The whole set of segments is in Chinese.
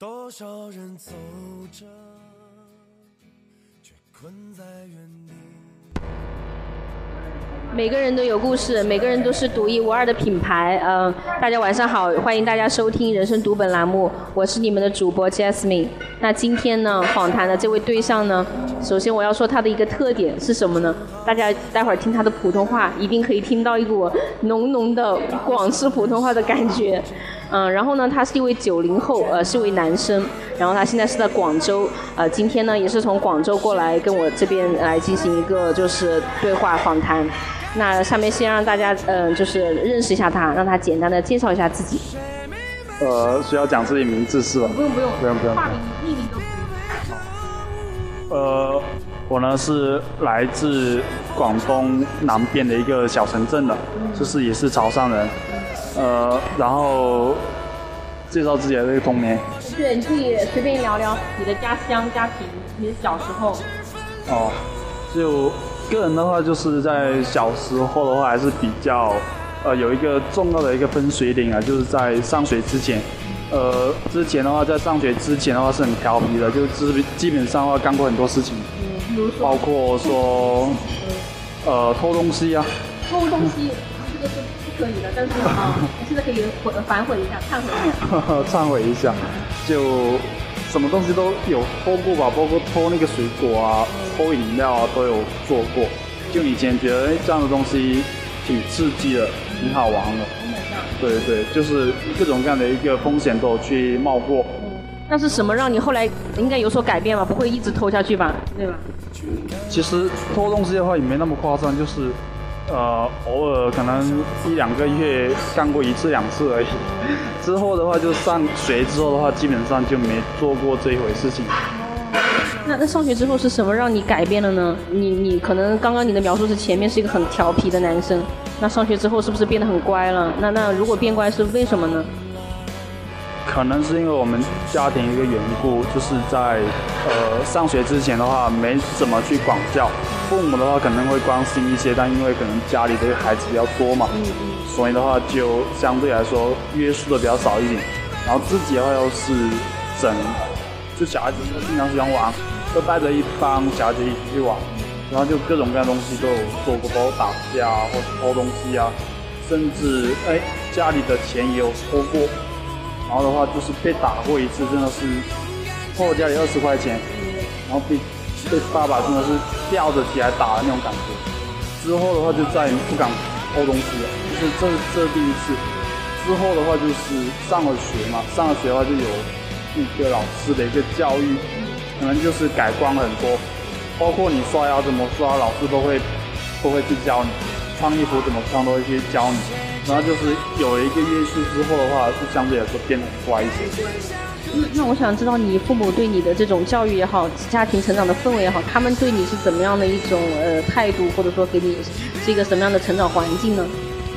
多少人走着，却困在原地。 每个人都有故事，每个人都是独一无二的品牌。大家晚上好，欢迎大家收听人生读本栏目，我是你们的主播 Jasmine。那今天呢，访谈的这位对象呢，首先我要说他的一个特点是什么呢？大家待会儿听他的普通话，一定可以听到一股浓浓的广式普通话的感觉。然后呢，他是一位90后，是位男生，然后他现在是在广州，今天呢也是从广州过来跟我这边来进行一个就是对话访谈。那下面先让大家就是认识一下他，让他简单的介绍一下自己。 需要讲自己名字是吧？ 不用，化名、艺名都可以。 我呢是来自广东南边的一个小城镇的，就是也是潮汕人。然后介绍自己的这个童年。 对，你可以随便聊聊你的家乡、家庭，你的小时候。 就个人的话，就是在小时候的话，还是比较有一个重要的一个分水岭啊，就是在上学之前。之前的话，在上学之前的话是很调皮的，就是基本上的话干过很多事情， 比如说包括说偷东西啊。 偷东西，这个是不可以的，但是你现在可以反悔一下，忏悔一下。 忏悔一下，就什么东西都有偷过吧，包括偷那个水果啊、偷饮料啊都有做过。就以前觉得这样的东西挺刺激的，挺好玩的。对，就是各种各样的一个风险都有去冒过。 那是什么让你后来应该有所改变吧？不会一直偷下去吧？对吧？ 其实偷东西的话也没那么夸张，就是偶尔可能1-2个月干过1次2次而已。之后的话就上学之后的话，基本上就没做过这一回事情。 那上学之后是什么让你改变了呢？你可能刚刚你的描述是前面是一个很调皮的男生，那上学之后是不是变得很乖了？那如果变乖是为什么呢？ 可能是因为我们家庭一个缘故，就是在上学之前的话没怎么去管教，父母的话可能会关心一些，但因为可能家里的孩子比较多嘛，所以的话就相对来说约束的比较少一点。然后自己的话又是就小孩子就经常喜欢玩，就带着一帮小孩子一起去玩，然后就各种各样的东西都有做过，包括打架啊，或者偷东西啊，甚至家里的钱也有偷过。然后的话就是被打过一次，真的是偷我家里20块钱，然后被爸爸真的是吊着起来打的那种感觉。之后的话就再也不敢偷东西了，就是这是第一次。之后的话就是上了学嘛，上了学的话就有一个老师的一个教育，可能就是改观很多，包括你刷牙怎么刷，老师都会去教你，穿衣服怎么穿都会去教你。然后就是有了一个约束之后的话，就相对来说变得很乖一些。 那我想知道你父母对你的这种教育也好，家庭成长的氛围也好，他们对你是怎么样的一种态度，或者说给你是一个什么样的成长环境呢？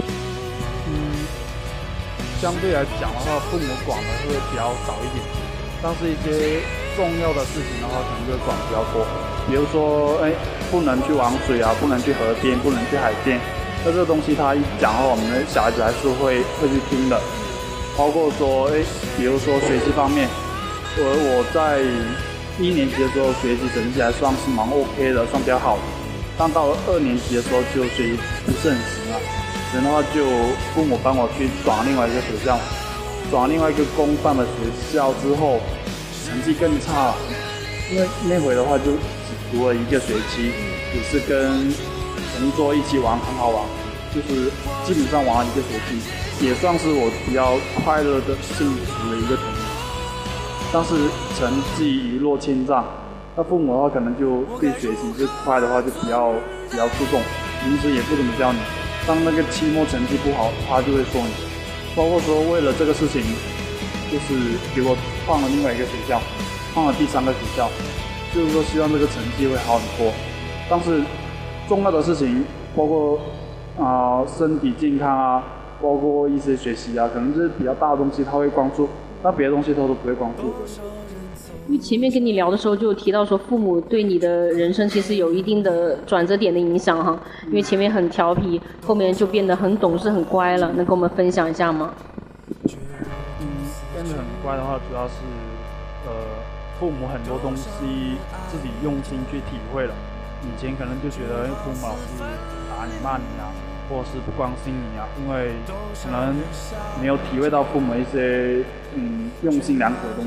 相对来讲的话，父母管的会比较少一点，但是一些重要的事情的话，可能就会管比较多。比如说，不能去玩水啊，不能去河边，不能去海边。那这个东西他一讲的话，我们的小孩子还是会去听的。包括说，比如说学习方面，我在1年级的时候学习成绩还算是蛮 OK 的，算比较好的。但到了2年级的时候就学习不是很行了。然后就父母帮我去转另外一个学校，转另外一个公办的学校之后，成绩更差了。因为那回的话就只读了1个学期，也是跟同桌一起玩，很好玩，就是基本上玩了1个学期，也算是我比较快乐的幸福的一个童年。但是成绩一落千丈，那父母的话可能就对学习这块的话就比较注重，平时也不怎么教你。当那个期末成绩不好，他就会说你，包括说为了这个事情，就是给我换了另外一个学校，换了第3个学校，就是说希望这个成绩会好很多。但是重要的事情，包括身体健康啊，包括一些学习啊，可能是比较大的东西他会关注，但别的东西他都不会关注。 因为前面跟你聊的时候就提到说，父母对你的人生其实有一定的转折点的影响哈。因为前面很调皮，后面就变得很懂事、很乖了，能跟我们分享一下吗？ 变得很乖的话，主要是父母很多东西自己用心去体会了。以前可能就觉得父母老是打你骂你啊，或者是不关心你啊，因为可能没有体会到父母一些用心良苦的东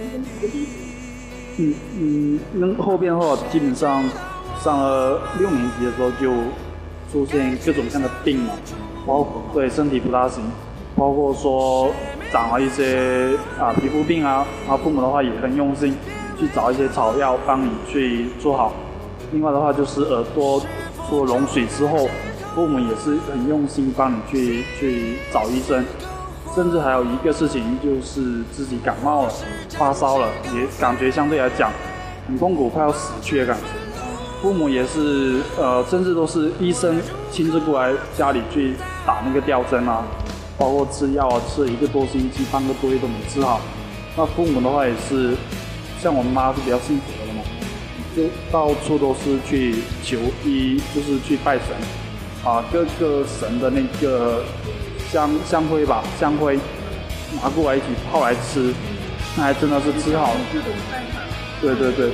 西。那后边的话，基本上上了6年级的时候就出现各种各样的病嘛，包括对身体不大行，包括说长了一些皮肤病啊，然后父母的话也很用心去找一些草药帮你去做好。另外的话就是耳朵出了脓水之后，父母也是很用心帮你去找医生。甚至还有一个事情就是自己感冒了、发烧了，也感觉相对来讲很痛苦，快要死去的感觉。父母也是甚至都是医生亲自过来家里去打那个吊针啊，包括吃药啊，吃了1个多星期、半个多月都没治好。那父母的话也是，像我妈是比较信佛的嘛，就到处都是去求医，就是去拜神各个神的那个香灰吧，香灰拿过来一起泡来吃，那还真的是治好了。对，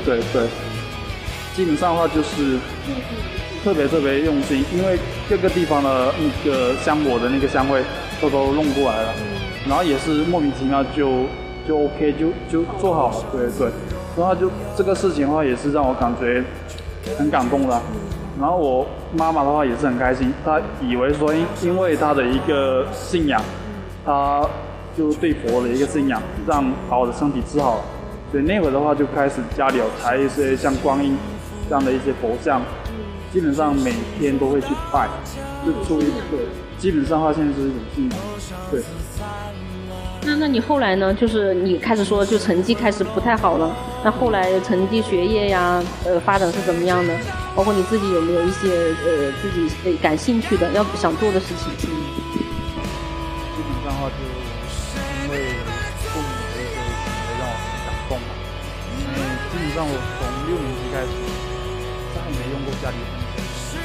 基本上的话就是特别用心，因为各个地方的那个香火的那个香灰都弄过来了，然后也是莫名其妙就 OK 就做好了。对，然后就这个事情的话也是让我感觉很感动的。然后我妈妈的话也是很开心，她以为说因为她的一个信仰，她就对佛的一个信仰，让把我的身体治好了。所以那会儿的话就开始家里有抬一些像观音这样的一些佛像，基本上每天都会去拜，就初一对，基本上的话现在是有信仰。对。 那你后来呢？就是你开始说就成绩开始不太好了，那后来成绩、学业呀，发展是怎么样的？包括你自己有没有一些自己感兴趣的、想做的事情？ 基本上的话，就因为父母的一些行为让我很感动嘛。因为基本上我从6年级开始，再也没用过家里的东西。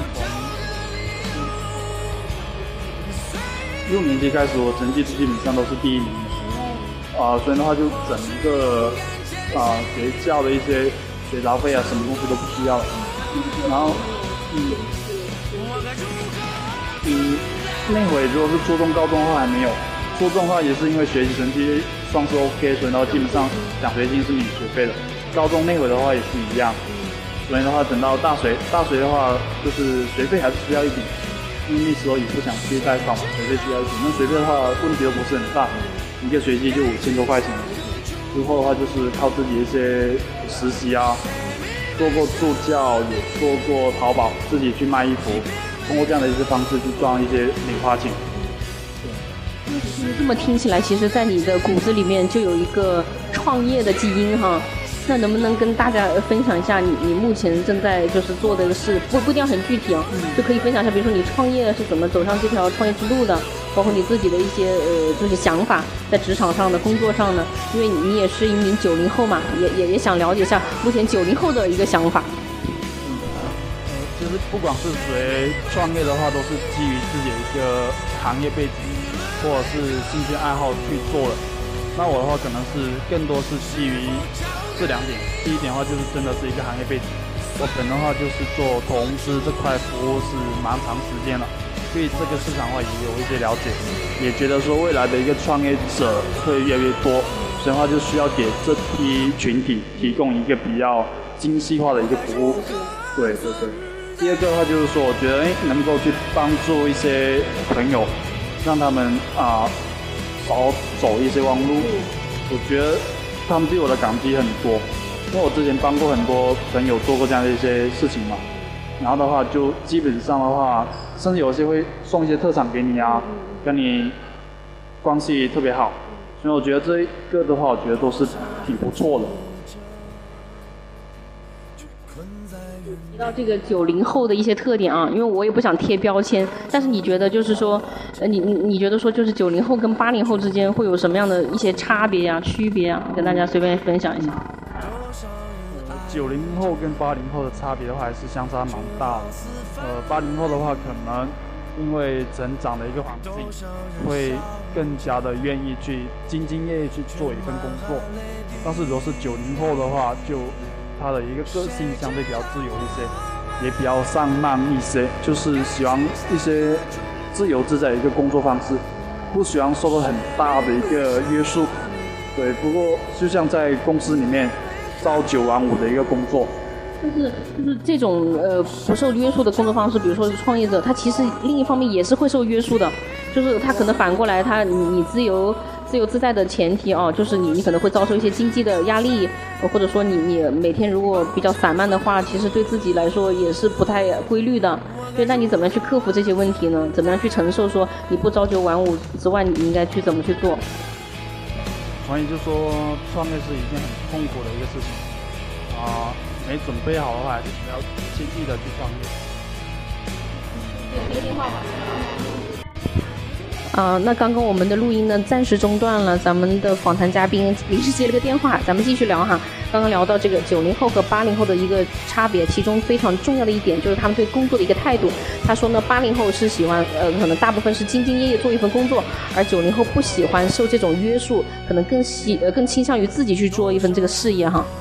从6年级开始，我成绩基本上都是第1名的，所以的话就整个学校的一些学杂费啊，什么东西都不需要。然后那会如果是初中、高中的话还没有，初中的话也是因为学习成绩算是 OK， 所以的话基本上奖学金是免学费的。高中那会的话也是一样，所以的话等到大学的话就是学费还是需要一笔。因为那时候也不想去贷款嘛，学费需要一笔。那学费的话问题都不是很大，一个学期就5000多块钱。之后的话就是靠自己一些实习啊，做过助教，也做过淘宝，自己去卖衣服，通过这样的一些方式去赚一些零花钱。 这么听起来，其实在你的骨子里面就有一个创业的基因哈。那能不能跟大家分享一下你目前正在就是做的事，不一定要很具体就可以分享一下，比如说你创业是怎么走上这条创业之路的，包括你自己的一些就是想法，在职场上的工作上呢，因为你也是一名90后嘛，也想了解一下目前90后的一个想法。 就是不管是谁创业的话，都是基于自己的一个行业背景或者是兴趣爱好去做的。那我的话可能是更多是基于这2点。第一点的话就是真的是一个行业背景，我本人的话就是做投资这块服务是蛮长时间了，对这个市场的话也有一些了解，也觉得说未来的一个创业者会越来越多，所以的话就需要给这批群体提供一个比较精细化的一个服务。对。第二个的话就是说，我觉得能够去帮助一些朋友，让他们少走一些弯路。我觉得他们对我的感激很多，因为我之前帮过很多朋友做过这样的一些事情嘛。然后的话，就基本上的话，甚至有些会送一些特产给你啊，跟你关系特别好。所以我觉得这一个的话，我觉得都是挺不错的。 提到这个90后的一些特点啊，因为我也不想贴标签，但是你觉得就是说，你觉得说就是90后跟80后之间会有什么样的一些差别呀、区别啊？跟大家随便分享一下。 90后跟80后的差别的话，还是相差蛮大的。80后的话，可能因为成长的一个环境，会更加的愿意去兢兢业业去做一份工作。但是如果是90后的话，就他的一个个性相对比较自由一些，也比较散漫一些，就是喜欢一些自由自在的一个工作方式，不喜欢受到很大的一个约束。对，不过就像在公司里面朝9晚5的一个工作。 就是这种不受约束的工作方式，比如说是创业者，他其实另一方面也是会受约束的，就是他可能反过来，你自由自在的前提就是你可能会遭受一些经济的压力，或者说你每天如果比较散漫的话，其实对自己来说也是不太规律的。对，那你怎么样去克服这些问题呢？怎么样去承受说你不朝9晚5之外，你应该去怎么去做？ 所以就说创业是一件很痛苦的一个事情没准备好的话，还是不要轻易的去创业。 接电话吧。那刚刚我们的录音呢暂时中断了，咱们的访谈嘉宾临时接了个电话，咱们继续聊哈。刚刚聊到这个90后和80后的一个差别，其中非常重要的一点就是他们对工作的一个态度。他说呢，80后是喜欢可能大部分是兢兢业业做一份工作，而90后不喜欢受这种约束，可能更倾向于自己去做一份这个事业哈。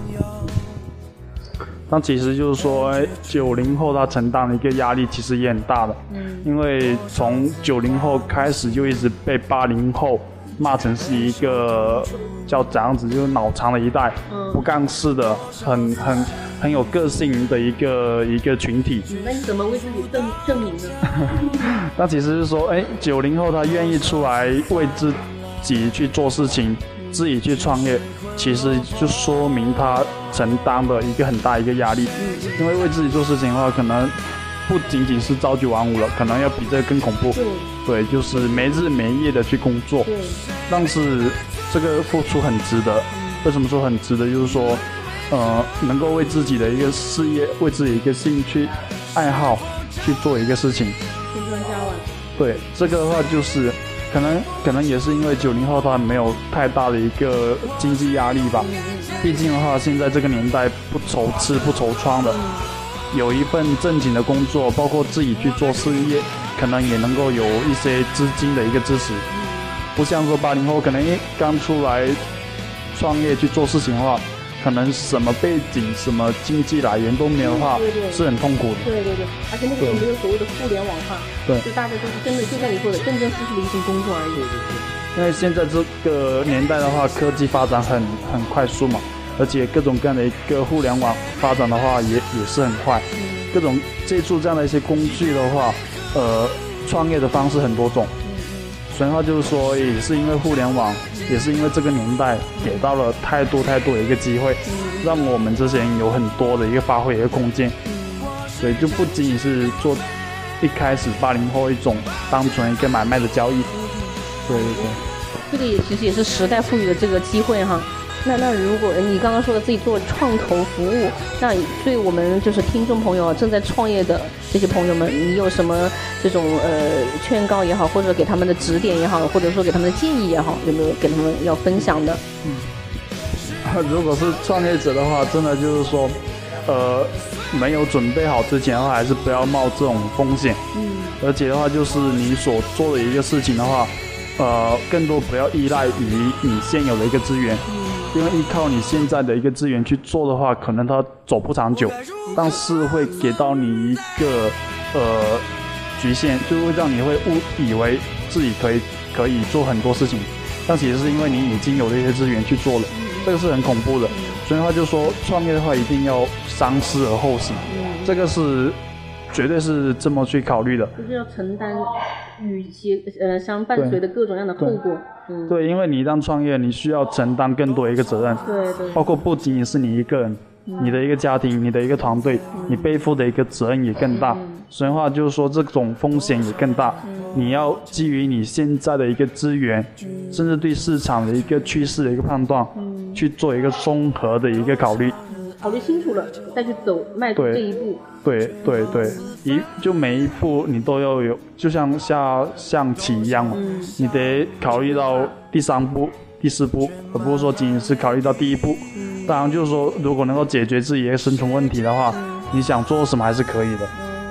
那其实就是说90后他承担的一个压力其实也很大的，因为从90后开始就一直被80后骂成是一个叫怎样子，就是脑残的一代，不干事的，很有个性的一个群体。 那你怎么为自己证明呢？ 那其实是说90后他愿意出来为自己去做事情，自己去创业，其实就说明他承担的一个很大一个压力。因为为自己做事情的话，可能不仅仅是朝9晚5了，可能要比这个更恐怖。对，就是没日没夜的去工作。但是这个付出很值得。为什么说很值得？就是说，能够为自己的一个事业，为自己一个兴趣爱好去做一个事情。对，这个的话就是可能也是因为90后他没有太大的一个经济压力吧。毕竟的话，现在这个年代不愁吃不愁穿的，有一份正经的工作，包括自己去做事业，可能也能够有一些资金的一个支持。不像说80后可能刚出来创业去做事情的话，可能什么背景什么经济来源都没有的话，是很痛苦的。对， 而且那个时候没有所谓的互联网化，就大家都是真的就像你说的正正式式的一份工作而已。 因为现在这个年代的话，科技发展很快速嘛，而且各种各样的一个互联网发展的话也是很快。各种借助这样的一些工具的话，创业的方式很多种。所以话就是说，也是因为互联网，也是因为这个年代给到了太多的一个机会，让我们这些人有很多的一个发挥的一个空间。所以就不仅仅是做一开始80后一种单纯一个买卖的交易。对， 这个其实也是时代赋予的这个机会哈。那如果你刚刚说的自己做创投服务，那对我们就是听众朋友正在创业的这些朋友们，你有什么这种劝告也好，或者给他们的指点也好，或者说给他们的建议也好，有没有给他们要分享的？ 如果是创业者的话，真的就是说，没有准备好之前的话，还是不要冒这种风险。而且的话，就是你所做的一个事情的话，更多不要依赖于你现有的一个资源。因为依靠你现在的一个资源去做的话，可能它走不长久，但是会给到你一个局限，就会让你会误以为自己可以做很多事情，但其实是因为你已经有了一些资源去做了，这个是很恐怖的。所以的话就说创业的话一定要三思而后行，这个是绝对是这么去考虑的， 就是要承担与其相伴随的各种样的后果。 对，因为你一旦创业，你需要承担更多的一个责任，对，包括不仅仅是你一个人，你的一个家庭，你的一个团队，你背负的一个责任也更大。所以话就是说，这种风险也更大。你要基于你现在的一个资源，甚至对市场的一个趋势的一个判断，去做一个综合的一个考虑。 考虑清楚了，再去迈出这一步。 对，就每一步你都要有，就像下象棋一样嘛，你得考虑到第3步、第4步，而不是说仅仅是考虑到第1步。当然，就是说，如果能够解决自己的生存问题的话，你想做什么还是可以的。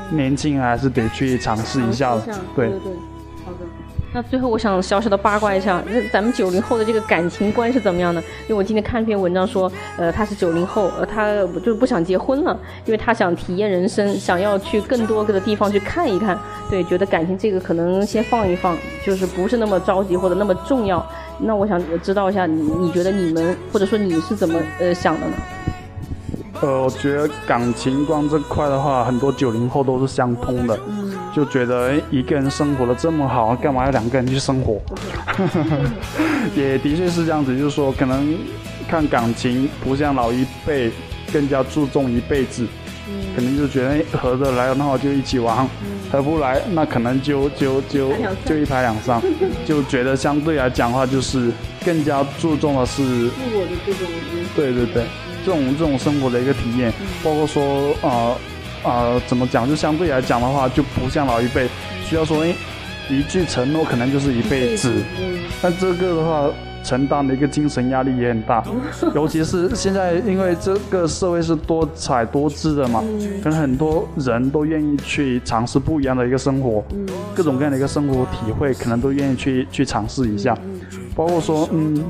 年轻还是得去尝试一下的。对， 好的。那最后我想小小的八卦一下，那咱们90后的这个感情观是怎么样的？因为我今天看一篇文章说，他是90后，他就不想结婚了，因为他想体验人生，想要去更多个的地方去看一看。对，觉得感情这个可能先放一放，就是不是那么着急或者那么重要。那我想知道一下，你觉得你们或者说你是怎么想的呢？ 我觉得感情观这块的话，很多90后都是相通的，就觉得一个人生活的这么好，干嘛要2个人去生活？也的确是这样子，就是说可能看感情不像老一辈更加注重一辈子，可能就觉得合得来，那我就一起玩，合不来那可能就一拍两散，就觉得相对来讲的话，就是更加注重的是自我的这种， 对，这种生活的一个体验，包括说怎么讲，就相对来讲的话，就不像老一辈需要说一句承诺可能就是一辈子，但这个的话承担的一个精神压力也很大，尤其是现在因为这个社会是多彩多姿的嘛，可能很多人都愿意去尝试不一样的一个生活，各种各样的一个生活体会可能都愿意去尝试一下，包括说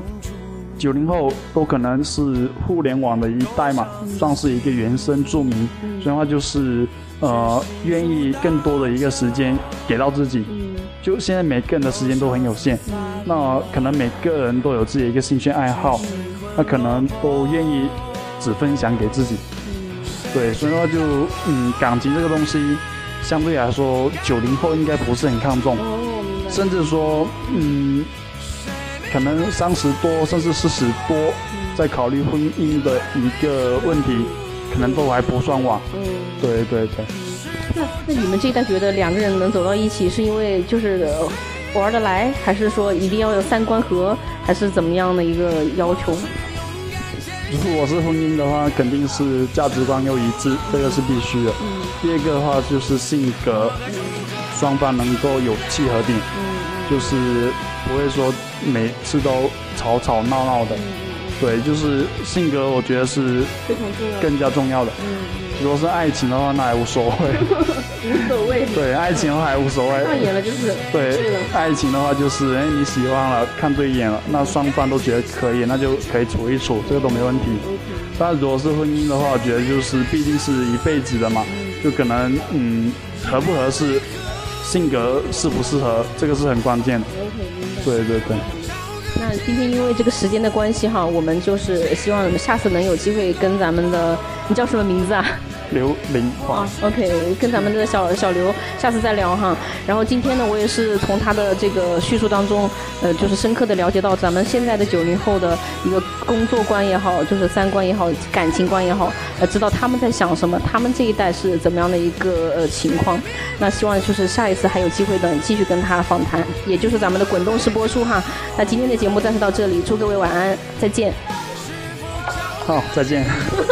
90后都可能是互联网的一代嘛，算是一个原生住民，所以的话就是愿意更多的一个时间给到自己，就现在每个人的时间都很有限，那可能每个人都有自己的一个兴趣爱好，那可能都愿意只分享给自己，对，所以的话就感情这个东西相对来说90后应该不是很看重，甚至说可能30多甚至40多在考虑婚姻的一个问题，可能都还不算晚。对。 那你们这一代觉得2个人能走到一起，是因为就是玩得来，还是说一定要有3观合，还是怎么样的一个要求？ 如果是婚姻的话，肯定是价值观要一致，这个是必须的。第二个的话就是性格，双方能够有契合点，就是不会说每次都吵吵闹闹的，对，就是性格我觉得是更加重要的。如果是爱情的话，那还无所谓。 无所谓。 对，爱情的话还无所谓。 看眼了就是。 对，爱情的话就是你喜欢了，看对眼了，那双方都觉得可以，那就可以处一处，这个都没问题。但如果是婚姻的话，我觉得就是毕竟是一辈子的嘛，就可能合不合适，性格适不适合，这个是很关键的。对。 那今天因为这个时间的关系哈，我们就是希望下次能有机会跟咱们的，你叫什么名字啊？ 刘玲华。 OK， 跟咱们的小刘下次再聊哈。然后今天呢，我也是从他的这个叙述当中，就是深刻的了解到咱们现在的90后的一个工作观也好，就是3观也好，感情观也好，知道他们在想什么，他们这一代是怎么样的一个情况。那希望就是下一次还有机会等继续跟他访谈，也就是咱们的滚动式播出哈。那今天的节目暂时到这里，祝各位晚安，再见。 好，再见。